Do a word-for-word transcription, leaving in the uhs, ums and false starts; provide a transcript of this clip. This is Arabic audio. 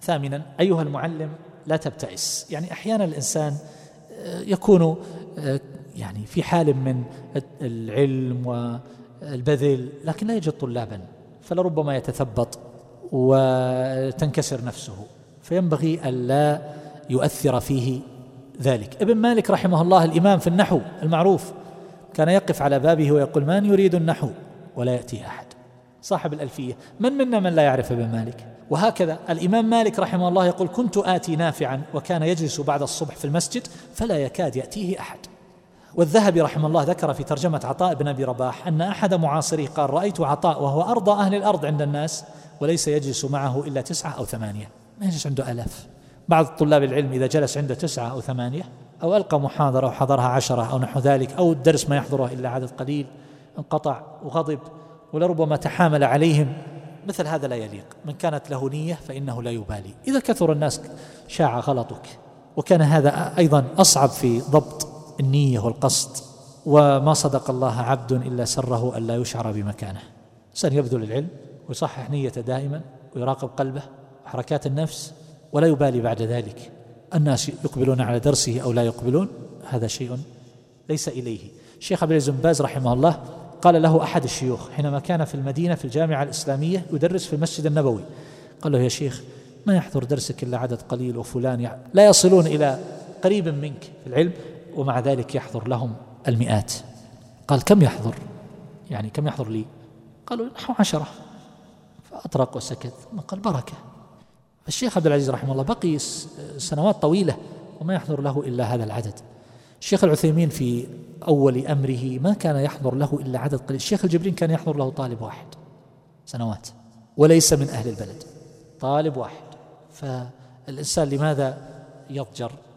ثامنا أيها المعلم لا تبتئس، يعني أحيانا الإنسان يكون يعني في حال من العلم والبذل لكن لا يجد طلابا، فلربما يتثبط وتنكسر نفسه، فينبغي أن لا يؤثر فيه ذلك. ابن مالك رحمه الله الإمام في النحو المعروف كان يقف على بابه ويقول من يريد النحو ولا يأتي أحد، صاحب الألفية. من منا من لا يعرف ابن مالك؟ وهكذا الإمام مالك رحمه الله يقول كنت آتي نافعا وكان يجلس بعد الصبح في المسجد فلا يكاد يأتيه أحد. والذهبي رحمه الله ذكر في ترجمة عطاء بن أبي رباح أن أحد معاصريه قال رأيت عطاء وهو أرضى أهل الأرض عند الناس وليس يجلس معه إلا تسعة أو ثمانية، ما يجلس عنده ألاف. بعض طلاب العلم إذا جلس عنده تسعة أو ثمانية أو ألقى محاضرة وحضرها عشرة أو نحو ذلك أو الدرس ما يحضره إلا عدد قليل انقطع وغضب ولربما تحامل عليهم، مثل هذا لا يليق. من كانت له نية فإنه لا يبالي. إذا كثر الناس شاع غلطك، وكان هذا أيضا أصعب في ضبط النية والقصد، وما صدق الله عبد إلا سره أن لا يشعر بمكانه. إنسان يبذل العلم ويصحح نيته دائما ويراقب قلبه وحركات النفس ولا يبالي بعد ذلك الناس يقبلون على درسه أو لا يقبلون، هذا شيء ليس إليه. الشيخ عبد العزيز بن باز رحمه الله قال له أحد الشيوخ حينما كان في المدينة في الجامعة الإسلامية يدرس في المسجد النبوي، قال له يا شيخ ما يحضر درسك إلا عدد قليل وفلان لا يصلون إلى قريب منك في العلم ومع ذلك يحضر لهم المئات. قال كم يحضر؟ يعني كم يحضر لي؟ قالوا نحو عشرة. فأطرق وسكت ثم قال بركة. الشيخ عبد العزيز رحمه الله بقي سنوات طويلة وما يحضر له إلا هذا العدد. الشيخ العثيمين في أول أمره ما كان يحضر له إلا عدد قليل. الشيخ الجبرين كان يحضر له طالب واحد سنوات وليس من أهل البلد، طالب واحد. فالإنسان لماذا يضجر